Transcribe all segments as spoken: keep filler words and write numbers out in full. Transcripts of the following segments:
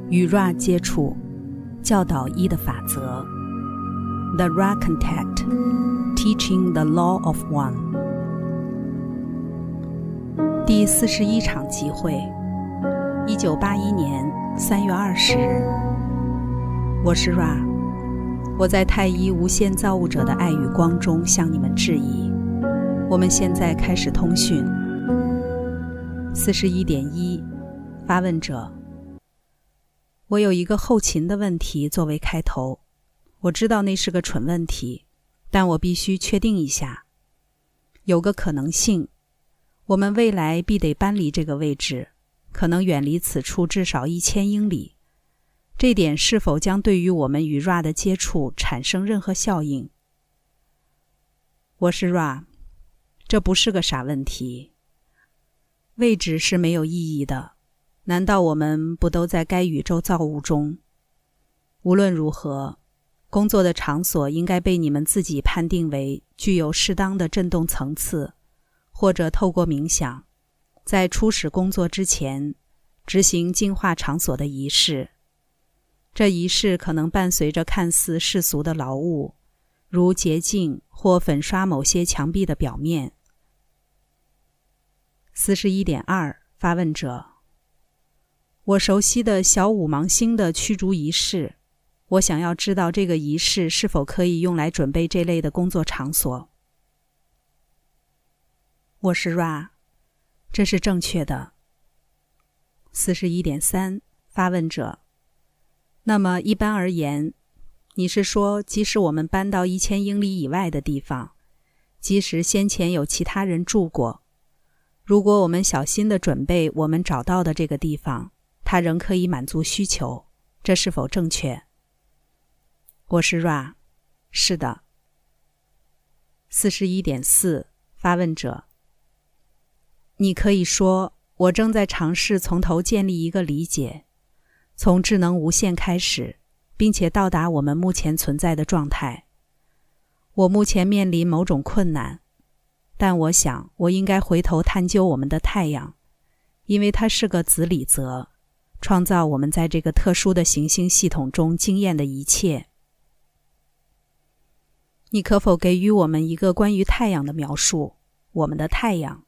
与 Ra 接触，教导一的法则 The Ra Contact Teaching the Law of One 第四十一场集会，一九八一年三月二十日。我是 Ra， 我在太一无限造物者的爱与光中向你们致意。我们现在开始通讯。四十一点一，发问者：我有一个后勤的问题作为开头。我知道那是个蠢问题，但我必须确定一下。有个可能性，我们未来必得搬离这个位置，可能远离此处至少一千英里。这点是否将对于我们与 Ra 的接触产生任何效应？我是 Ra， 这不是个傻问题。位置是没有意义的，难道我们不都在该宇宙造物中？无论如何，工作的场所应该被你们自己判定为具有适当的振动层次，或者透过冥想，在初始工作之前执行净化场所的仪式。这仪式可能伴随着看似世俗的劳务，如洁净或粉刷某些墙壁的表面。四十一点二，发问者：我熟悉的小五芒星的驱逐仪式，我想要知道这个仪式是否可以用来准备这类的工作场所。我是 Ra， 这是正确的。四十一点三，发问者：那么一般而言，你是说即使我们搬到一千英里以外的地方，即使先前有其他人住过，如果我们小心地准备我们找到的这个地方，它仍可以满足需求，这是否正确？我是 Ra， 是的。四十一点四，发问者：你可以说，我正在尝试从头建立一个理解，从智能无限开始，并且到达我们目前存在的状态。我目前面临某种困难，但我想我应该回头探究我们的太阳，因为它是个子理则，创造我们在这个特殊的行星系统中经验的一切。你可否给予我们一个关于太阳的描述？我们的太阳。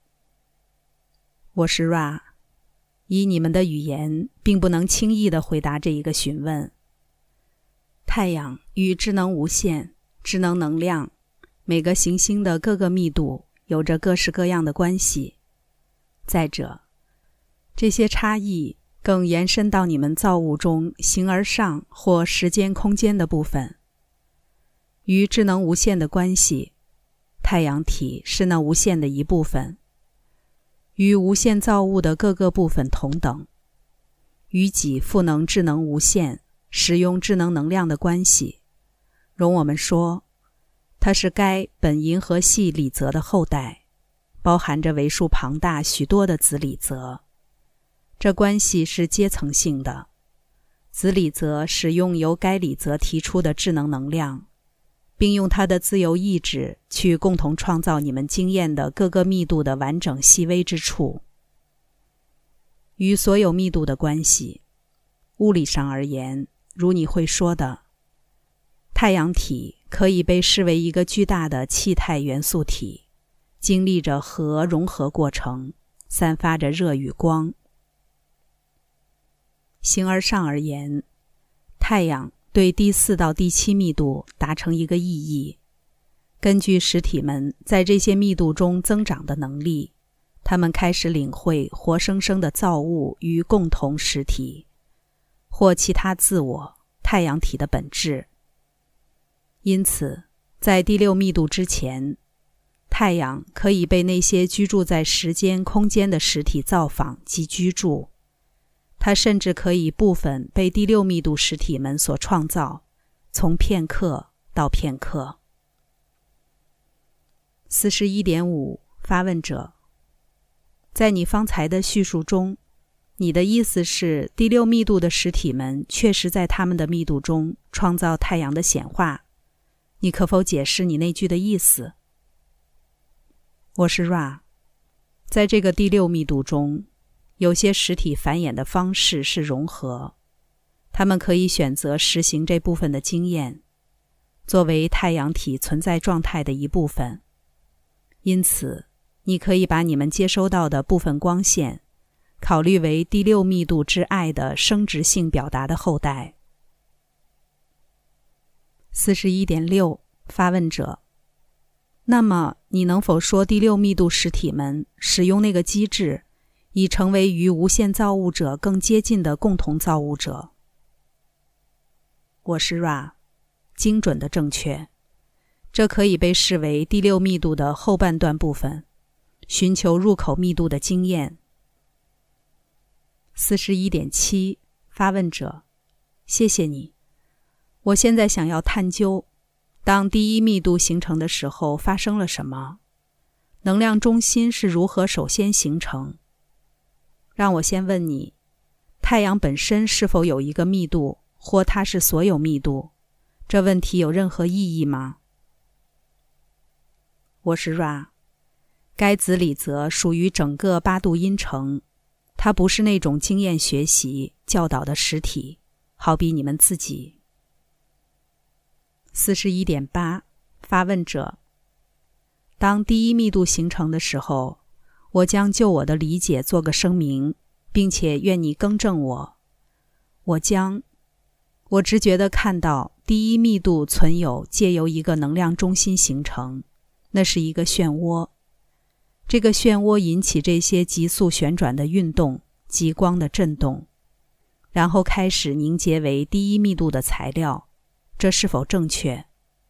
我是 Ra， 以你们的语言并不能轻易地回答这一个询问。太阳与智能无限、智能能量、每个行星的各个密度有着各式各样的关系。再者，这些差异更延伸到你们造物中形而上或时间空间的部分。与智能无限的关系，太阳体是那无限的一部分，与无限造物的各个部分同等，与己赋能智能无限、使用智能能量的关系，容我们说，它是该本银河系理则的后代，包含着为数庞大许多的子理则。这关系是阶层性的，子理则使用由该理则提出的智能能量，并用它的自由意志去共同创造你们经验的各个密度的完整细微之处。与所有密度的关系，物理上而言，如你会说的，太阳体可以被视为一个巨大的气态元素体，经历着核融合过程，散发着热与光。形而上而言，太阳对第四到第七密度达成一个意义。根据实体们在这些密度中增长的能力，他们开始领会活生生的造物与共同实体，或其他自我太阳体的本质。因此，在第六密度之前，太阳可以被那些居住在时间空间的实体造访及居住。它甚至可以部分被第六密度实体们所创造，从片刻到片刻。四十一点五，发问者：在你方才的叙述中，你的意思是第六密度的实体们确实在他们的密度中创造太阳的显化。你可否解释你那句的意思？我是 Ra， 在这个第六密度中，有些实体繁衍的方式是融合， 他们可以选择实行这部分的经验，作为太阳体存在状态的一部分。因此，你可以把你们接收到的部分光线考虑为第六密度之爱的生殖性表达的后代。 四十一点六 发问者：那么你能否说第六密度实体们使用那个机制，以成为与无限造物者更接近的共同造物者？我是 Ra， 精准的正确。这可以被视为第六密度的后半段部分，寻求入口密度的经验。 四十一点七 发问者：谢谢你。我现在想要探究，当第一密度形成的时候发生了什么？能量中心是如何首先形成？让我先问你，太阳本身是否有一个密度，或它是所有密度？这问题有任何意义吗？我是 Ra， 该子理则属于整个八度音程，它不是那种经验学习教导的实体，好比你们自己。 四十一点八 发问者：当第一密度形成的时候，我将就我的理解做个声明，并且愿你更正我。我将我直觉地看到第一密度存有借由一个能量中心形成，那是一个漩涡。这个漩涡引起这些急速旋转的运动、极光的震动，然后开始凝结为第一密度的材料。这是否正确？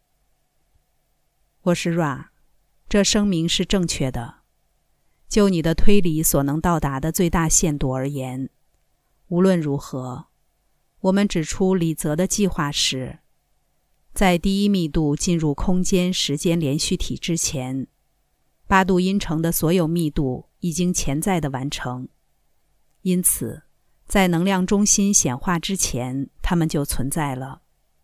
我是 Ra， 这声明是正确的。就你的推理所能到达的最大限度而言，无论如何，我们指出理则的计划是，在第一密度进入空间时间连续体之前，八度音程的所有密度已经潜在的完成，因此在能量中心显化之前，它们就存在了。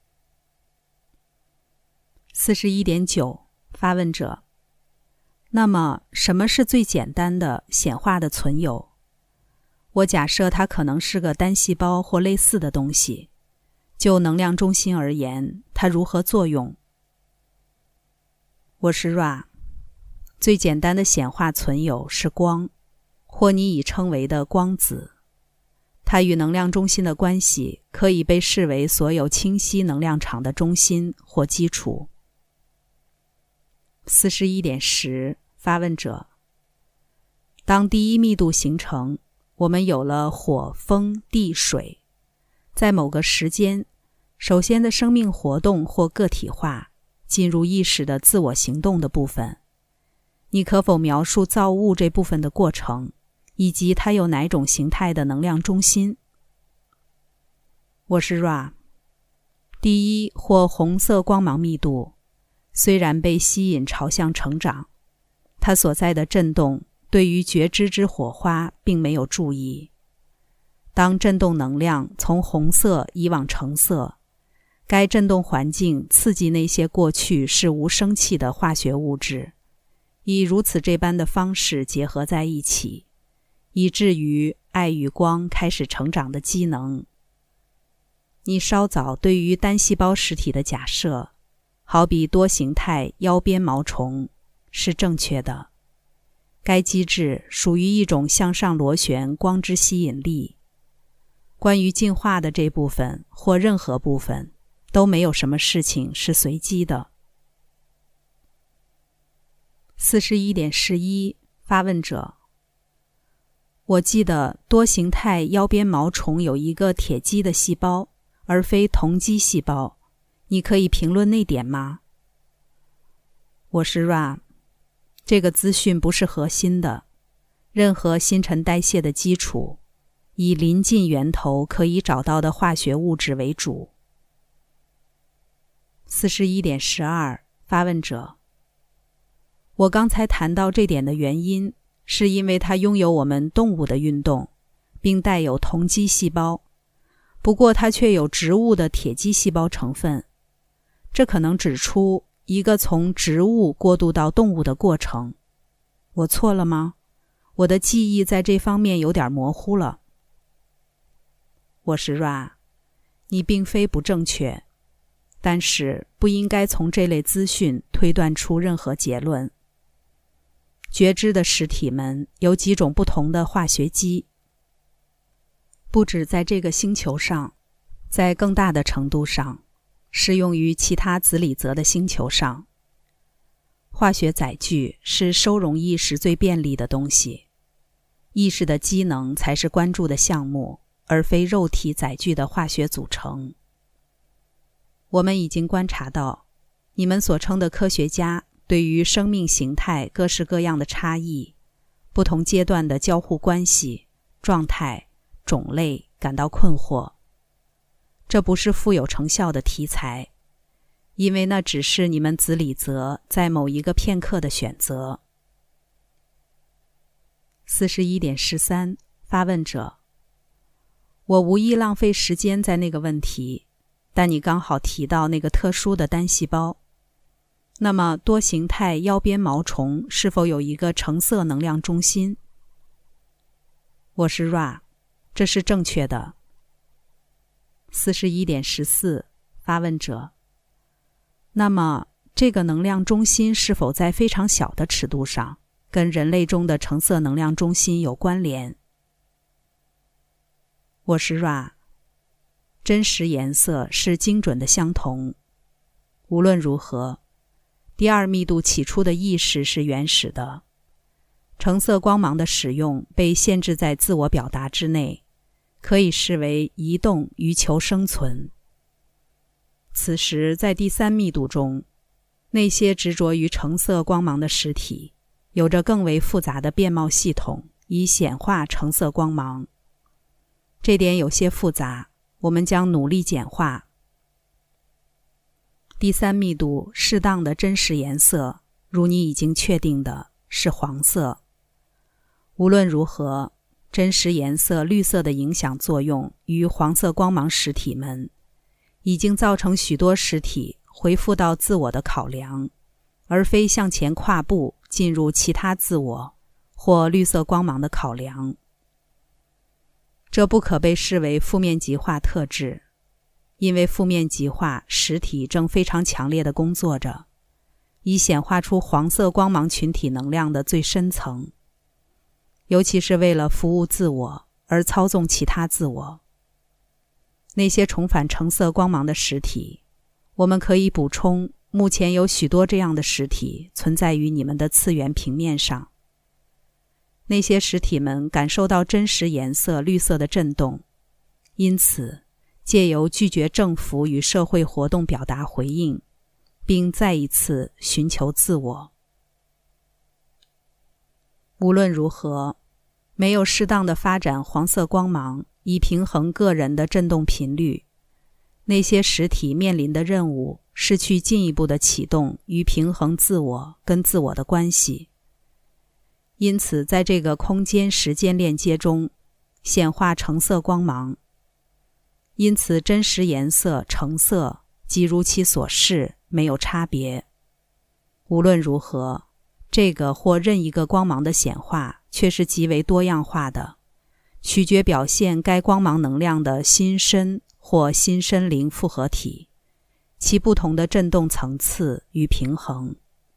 四十一点九 发问者：那么什么是最简单的显化的存有？我假设它可能是个单细胞或类似的东西。就能量中心而言，它如何作用？我是 Ra， 最简单的显化存有是光，或你已称为的光子。它与能量中心的关系可以被视为所有清晰能量场的中心或基础。四十一点十 发问者：当第一密度形成，我们有了火、风、地、水。在某个时间，首先的生命活动或个体化进入意识的自我行动的部分。你可否描述造物这部分的过程，以及它有哪种形态的能量中心？我是 Ra， 第一或红色光芒密度虽然被吸引朝向成长，它所在的震动对于觉知之火花并没有注意。当振动能量从红色移往橙色，该振动环境刺激那些过去是无生气的化学物质，以如此这般的方式结合在一起，以至于爱与光开始成长的机能。你稍早对于单细胞实体的假设，好比多形态腰鞭毛虫，是正确的。该机制属于一种向上螺旋光之吸引力。关于进化的这部分或任何部分，都没有什么事情是随机的。四十一点十一 发问者：我记得多形态腰鞭毛虫有一个铁基的细胞，而非铜基细胞，你可以评论那点吗？我是 Ra， 这个资讯不是核心的，任何新陈代谢的基础以临近源头可以找到的化学物质为主。四十一点十二 发问者：我刚才谈到这点的原因，是因为它拥有我们动物的运动，并带有铜基细胞，不过它却有植物的铁基细胞成分。这可能指出一个从植物过渡到动物的过程。我错了吗？我的记忆在这方面有点模糊了。我是 Ra， 你并非不正确，但是不应该从这类资讯推断出任何结论。觉知的实体们有几种不同的化学基，不止在这个星球上，在更大的程度上适用于其他子李泽的星球上。化学载具是收容意识最便利的东西，意识的机能才是关注的项目，而非肉体载具的化学组成。我们已经观察到，你们所称的科学家对于生命形态各式各样的差异、不同阶段的交互关系、状态、种类感到困惑。这不是富有成效的题材，因为那只是你们子李泽在某一个片刻的选择。 四十一点十三 发问者：我无意浪费时间在那个问题，但你刚好提到那个特殊的单细胞。那么多形态腰鞭毛虫是否有一个橙色能量中心？我是 Ra， 这是正确的。 四十一点十四 发问者：那么这个能量中心是否在非常小的尺度上跟人类中的橙色能量中心有关联？我是 Ra， 真实颜色是精准的相同。无论如何，第二密度起初的意识是原始的，橙色光芒的使用被限制在自我表达之内，可以视为移动于求生存。此时在第三密度中，那些执着于橙色光芒的实体有着更为复杂的变貌系统，以显化橙色光芒。这点有些复杂，我们将努力简化。第三密度适当的真实颜色，如你已经确定的，是黄色。无论如何，真实颜色绿色的影响作用于黄色光芒实体们，已经造成许多实体回复到自我的考量，而非向前跨步进入其他自我或绿色光芒的考量。这不可被视为负面极化特质，因为负面极化实体正非常强烈地工作着，以显化出黄色光芒群体能量的最深层，尤其是为了服务自我而操纵其他自我。那些重返橙色光芒的实体，我们可以补充，目前有许多这样的实体存在于你们的次元平面上。那些实体们感受到真实颜色绿色的震动，因此借由拒绝政府与社会活动表达回应，并再一次寻求自我。无论如何，没有适当的发展黄色光芒以平衡个人的振动频率，那些实体面临的任务是去进一步的启动与平衡自我跟自我的关系。因此在这个空间时间链接中显化橙色光芒，因此真实颜色橙色即如其所示，没有差别。无论如何，这个或任一个光芒的显化却是极为多样化的，取决表现该光芒能量的心身或心身灵复合体，其不同的振动层次与平衡。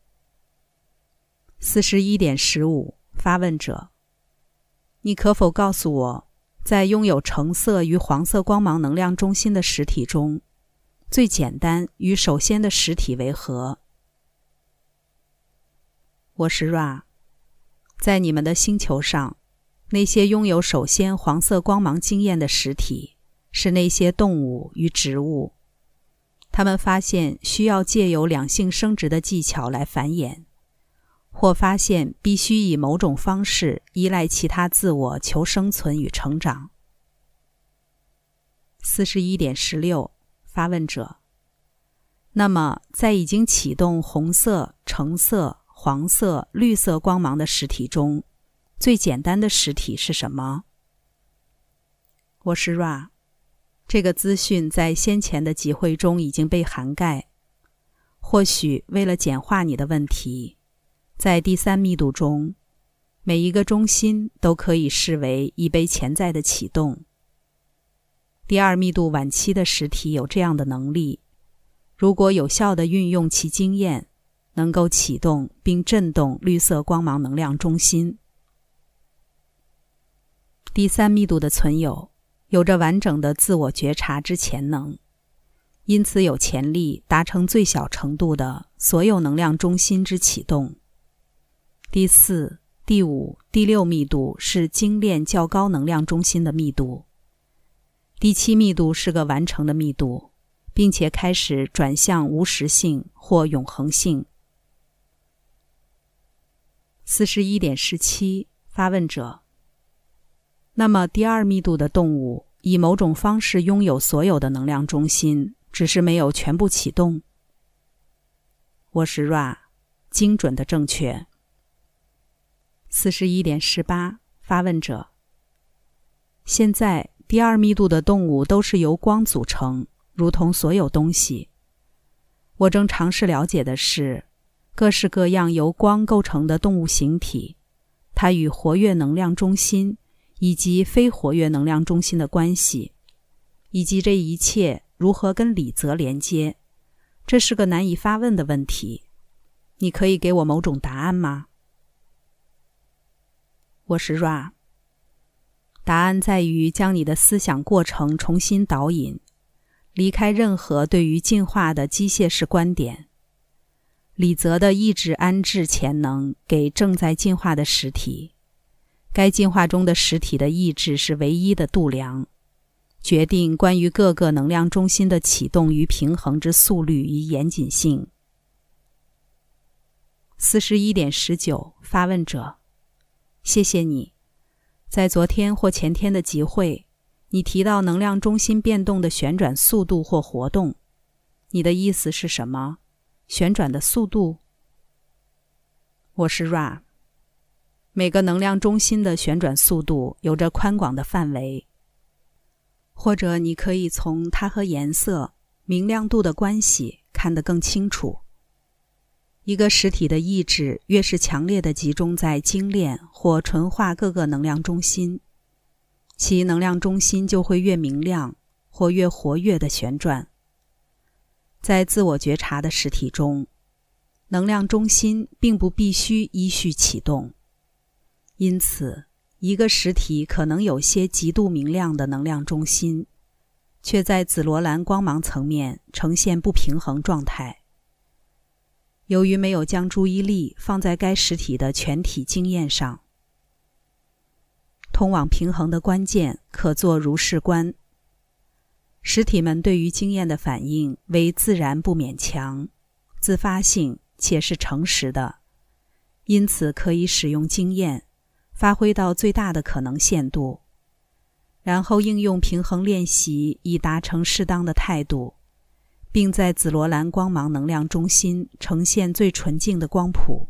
四十一点十五 发问者：你可否告诉我，在拥有橙色与黄色光芒能量中心的实体中，最简单与首先的实体为何？我是 Ra， 在你们的星球上，那些拥有首先黄色光芒经验的实体是那些动物与植物，他们发现需要借由两性生殖的技巧来繁衍，或发现必须以某种方式依赖其他自我求生存与成长。 四十一点十六 发问者：那么在已经启动红色、橙色、黄色、绿色光芒的实体中，最简单的实体是什么？我是 Ra， 这个资讯在先前的集会中已经被涵盖。或许为了简化你的问题，在第三密度中，每一个中心都可以视为已被潜在的启动。 第二密度晚期的实体有这样的能力，如果有效地运用其经验，能够启动并震动绿色光芒能量中心。第三密度的存有有着完整的自我觉察之潜能，因此有潜力达成最小程度的所有能量中心之启动。第四、第五、第六密度是精炼较高能量中心的密度。第七密度是个完成的密度，并且开始转向无时性或永恒性。四十一点十七发问者：那么第二密度的动物以某种方式拥有所有的能量中心，只是没有全部启动？我是 Ra， 精准的正确。四十一点十八发问者：现在第二密度的动物都是由光组成，如同所有东西。我正尝试了解的是各式各样由光构成的动物形体，它与活跃能量中心以及非活跃能量中心的关系，以及这一切如何跟理则连接。这是个难以发问的问题，你可以给我某种答案吗？我是 Ra， 答案在于将你的思想过程重新导引，离开任何对于进化的机械式观点。理则的意志安置潜能给正在进化的实体，该进化中的实体的意志是唯一的度量，决定关于各个能量中心的启动与平衡之速率与严谨性。四十一点十九发问者：谢谢你。在昨天或前天的集会，你提到能量中心变动的旋转速度或活动，你的意思是什么？旋转的速度？我是 Ra。 每个能量中心的旋转速度有着宽广的范围，或者你可以从它和颜色、明亮度的关系看得更清楚。一个实体的意志越是强烈地集中在精炼或纯化各个能量中心，其能量中心就会越明亮或越活跃地旋转。在自我觉察的实体中，能量中心并不必须依序启动，因此一个实体可能有些极度明亮的能量中心，却在紫罗兰光芒层面呈现不平衡状态。由于没有将注意力放在该实体的全体经验上，通往平衡的关键可作如是观。实体们对于经验的反应为自然不勉强、自发性且是诚实的，因此可以使用经验发挥到最大的可能限度，然后应用平衡练习以达成适当的态度，并在紫罗兰光芒能量中心呈现最纯净的光谱。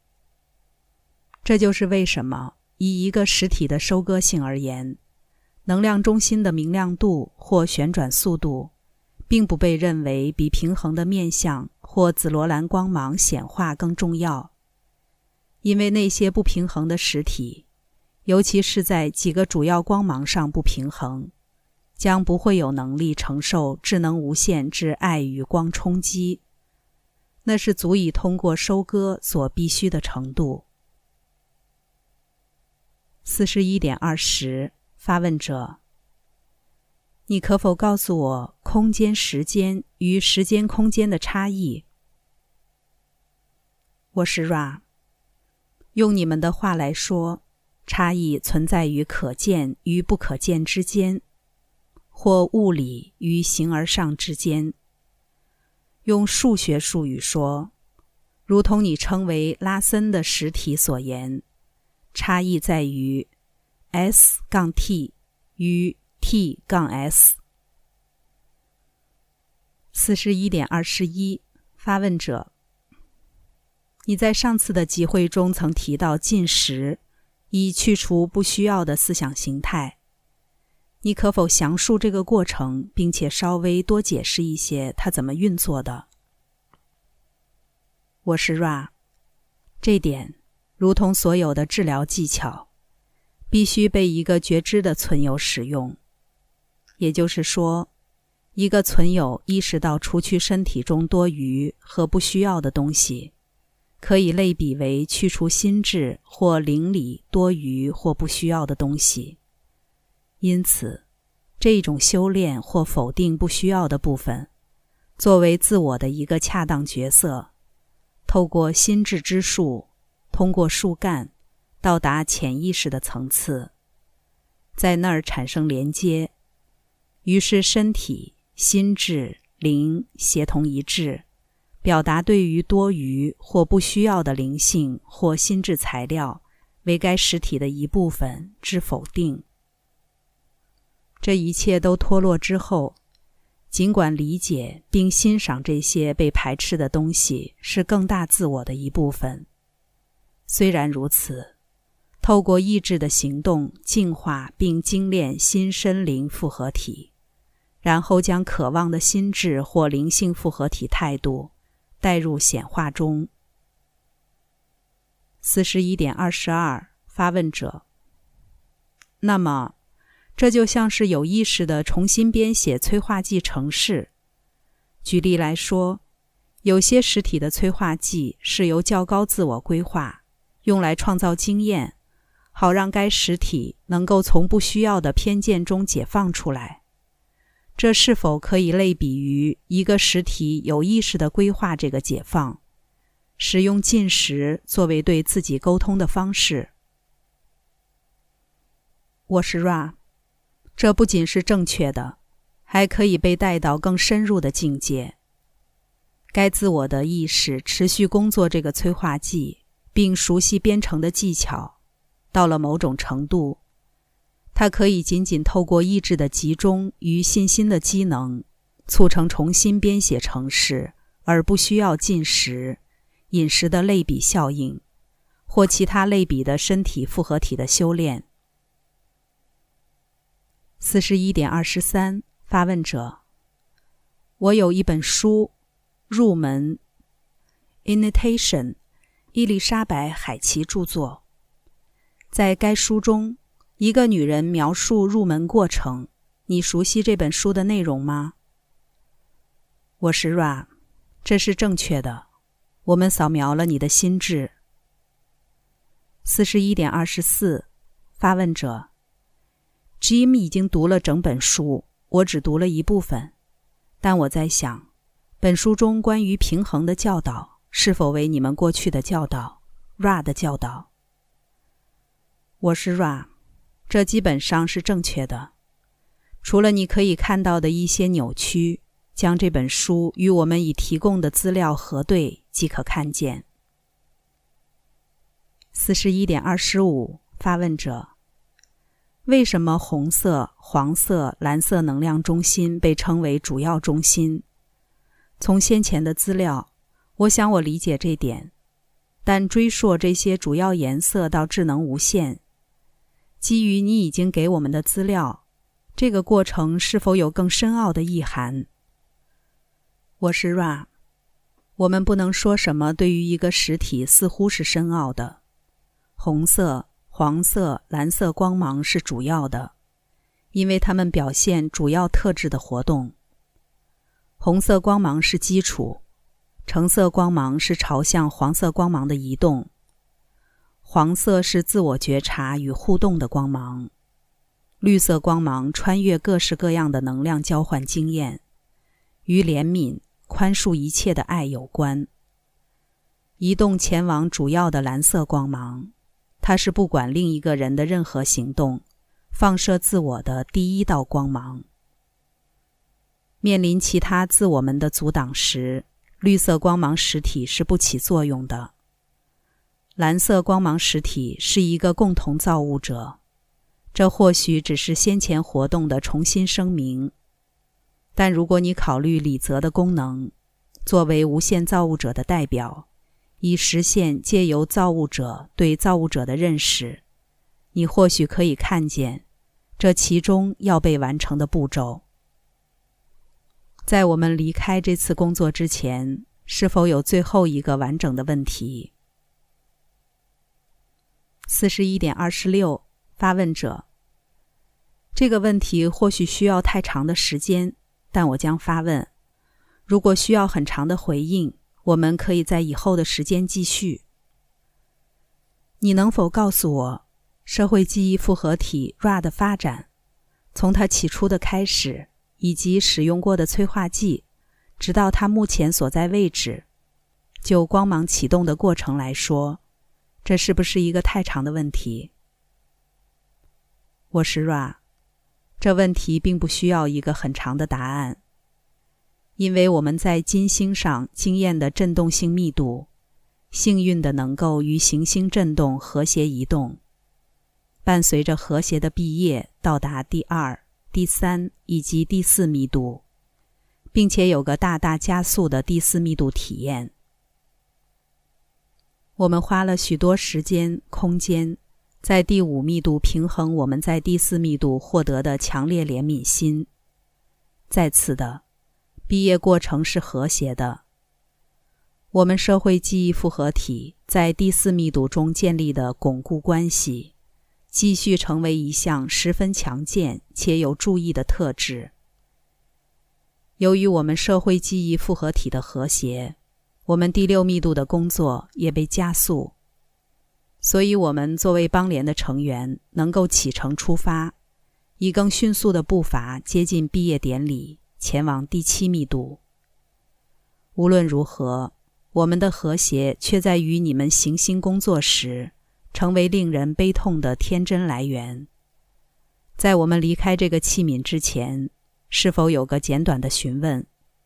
这就是为什么以一个实体的收割性而言，能量中心的明亮度或旋转速度并不被认为比平衡的面向或紫罗兰光芒显化更重要，因为那些不平衡的实体，尤其是在几个主要光芒上不平衡，将不会有能力承受智能无限之爱与光冲击，那是足以通过收割所必须的程度。四十一点二十发问者：你可否告诉我空间时间与时间空间的差异？我是 Ra。 用你们的话来说，差异存在于可见与不可见之间，或物理与形而上之间。用数学术语说，如同你称为拉森的实体所言，差异在于 S-T 与 T-S。 四十一点二十一发问者：你在上次的集会中曾提到进食，以去除不需要的思想形态。你可否详述这个过程，并且稍微多解释一些它怎么运作的？我是 Ra。 这点如同所有的治疗技巧，必须被一个觉知的存有使用。 也就是说，一个存有意识到除去身体中多余和不需要的东西，可以类比为去除心智或灵里多余或不需要的东西。因此，这一种修炼或否定不需要的部分，作为自我的一个恰当角色，透过心智之树，通过树干，到达潜意识的层次，在那儿产生连接，于是身体、心智、灵协同一致，表达对于多余或不需要的灵性或心智材料为该实体的一部分之否定。这一切都脱落之后，尽管理解并欣赏这些被排斥的东西是更大自我的一部分，虽然如此，透过意志的行动净化并精炼心身灵复合体，然后将渴望的心智或灵性复合体态度带入显化中。 四十一点二十二 发问者：那么这就像是有意识地重新编写催化剂程式。举例来说，有些实体的催化剂是由较高自我规划，用来创造经验，好让该实体能够从不需要的偏见中解放出来。这是否可以类比于一个实体有意识地规划这个解放，使用进食作为对自己沟通的方式？我是 Ra， 这不仅是正确的，还可以被带到更深入的境界。该自我的意识持续工作这个催化剂，并熟悉编程的技巧，到了某种程度，它可以仅仅透过意志的集中与信心的机能，促成重新编写程式，而不需要进食、饮食的类比效应，或其他类比的身体复合体的修炼。 四十一点二十三 发问者：我有一本书，入门 Initiation， 伊丽莎白·海奇著作。在该书中，一个女人描述入门过程，你熟悉这本书的内容吗？我是 Ra， 这是正确的。我们扫描了你的心智。 四十一点二十四 发问者： Jim 已经读了整本书，我只读了一部分，但我在想，本书中关于平衡的教导是否为你们过去的教导 Ra 的教导？我是 Ra， 这基本上是正确的，除了你可以看到的一些扭曲，将这本书与我们已提供的资料核对即可看见。 四十一点二十五 发问者：为什么红色、黄色、蓝色能量中心被称为主要中心？从先前的资料，我想我理解这点，但追溯这些主要颜色到智能无限，基于你已经给我们的资料，这个过程是否有更深奥的意涵？我是 Ra， 我们不能说什么对于一个实体似乎是深奥的。红色、黄色、蓝色光芒是主要的，因为它们表现主要特质的活动。红色光芒是基础，橙色光芒是朝向黄色光芒的移动，黄色是自我觉察与互动的光芒，绿色光芒穿越各式各样的能量交换经验，与怜悯、宽恕一切的爱有关。移动前往主要的蓝色光芒，它是不管另一个人的任何行动，放射自我的第一道光芒。面临其他自我们的阻挡时，绿色光芒实体是不起作用的。蓝色光芒实体是一个共同造物者，这或许只是先前活动的重新声明，但如果你考虑理则的功能，作为无限造物者的代表，以实现借由造物者对造物者的认识，你或许可以看见这其中要被完成的步骤。在我们离开这次工作之前，是否有最后一个完整的问题？ 四十一点二十六 发问者： 这个问题或许需要太长的时间，但我将发问。如果需要很长的回应，我们可以在以后的时间继续。你能否告诉我，社会记忆复合体 R A 的发展，从它起初的开始，以及使用过的催化剂，直到它目前所在位置，就光芒启动的过程来说，这是不是一个太长的问题？我是 R A， 这问题并不需要一个很长的答案，因为我们在金星上经验的振动性密度，幸运地能够与行星振动和谐移动，伴随着和谐的毕业到达第二、第三以及第四密度，并且有个大大加速的第四密度体验。我们花了许多时间、空间，在第五密度平衡我们在第四密度获得的强烈怜悯心。再次的，毕业过程是和谐的。我们社会记忆复合体在第四密度中建立的巩固关系，继续成为一项十分强健且有注意的特质。由于我们社会记忆复合体的和谐，我们第六密度的工作也被加速，所以我们作为邦联的成员能够启程出发，以更迅速的步伐接近毕业典礼，前往第七密度。无论如何，我们的和谐却在与你们行星工作时成为令人悲痛的天真来源。在我们离开这个器皿之前，是否有个简短的询问？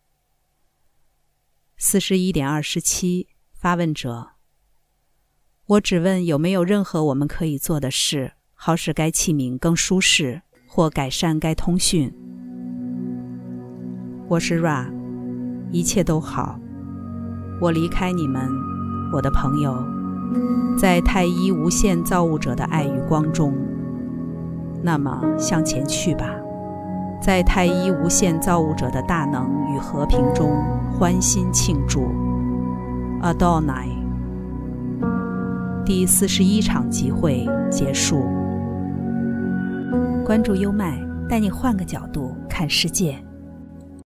四十一点二十七 发问者：我只问有没有任何我们可以做的事，好使该器皿更舒适，或改善该通讯。我是 R A， 一切都好。我离开你们，我的朋友，在太一无限造物者的爱与光中。那么向前去吧，在太一无限造物者的大能与和平中欢欣庆祝。Adonai。 第四十一场集会结束。关注优麦，带你换个角度看世界。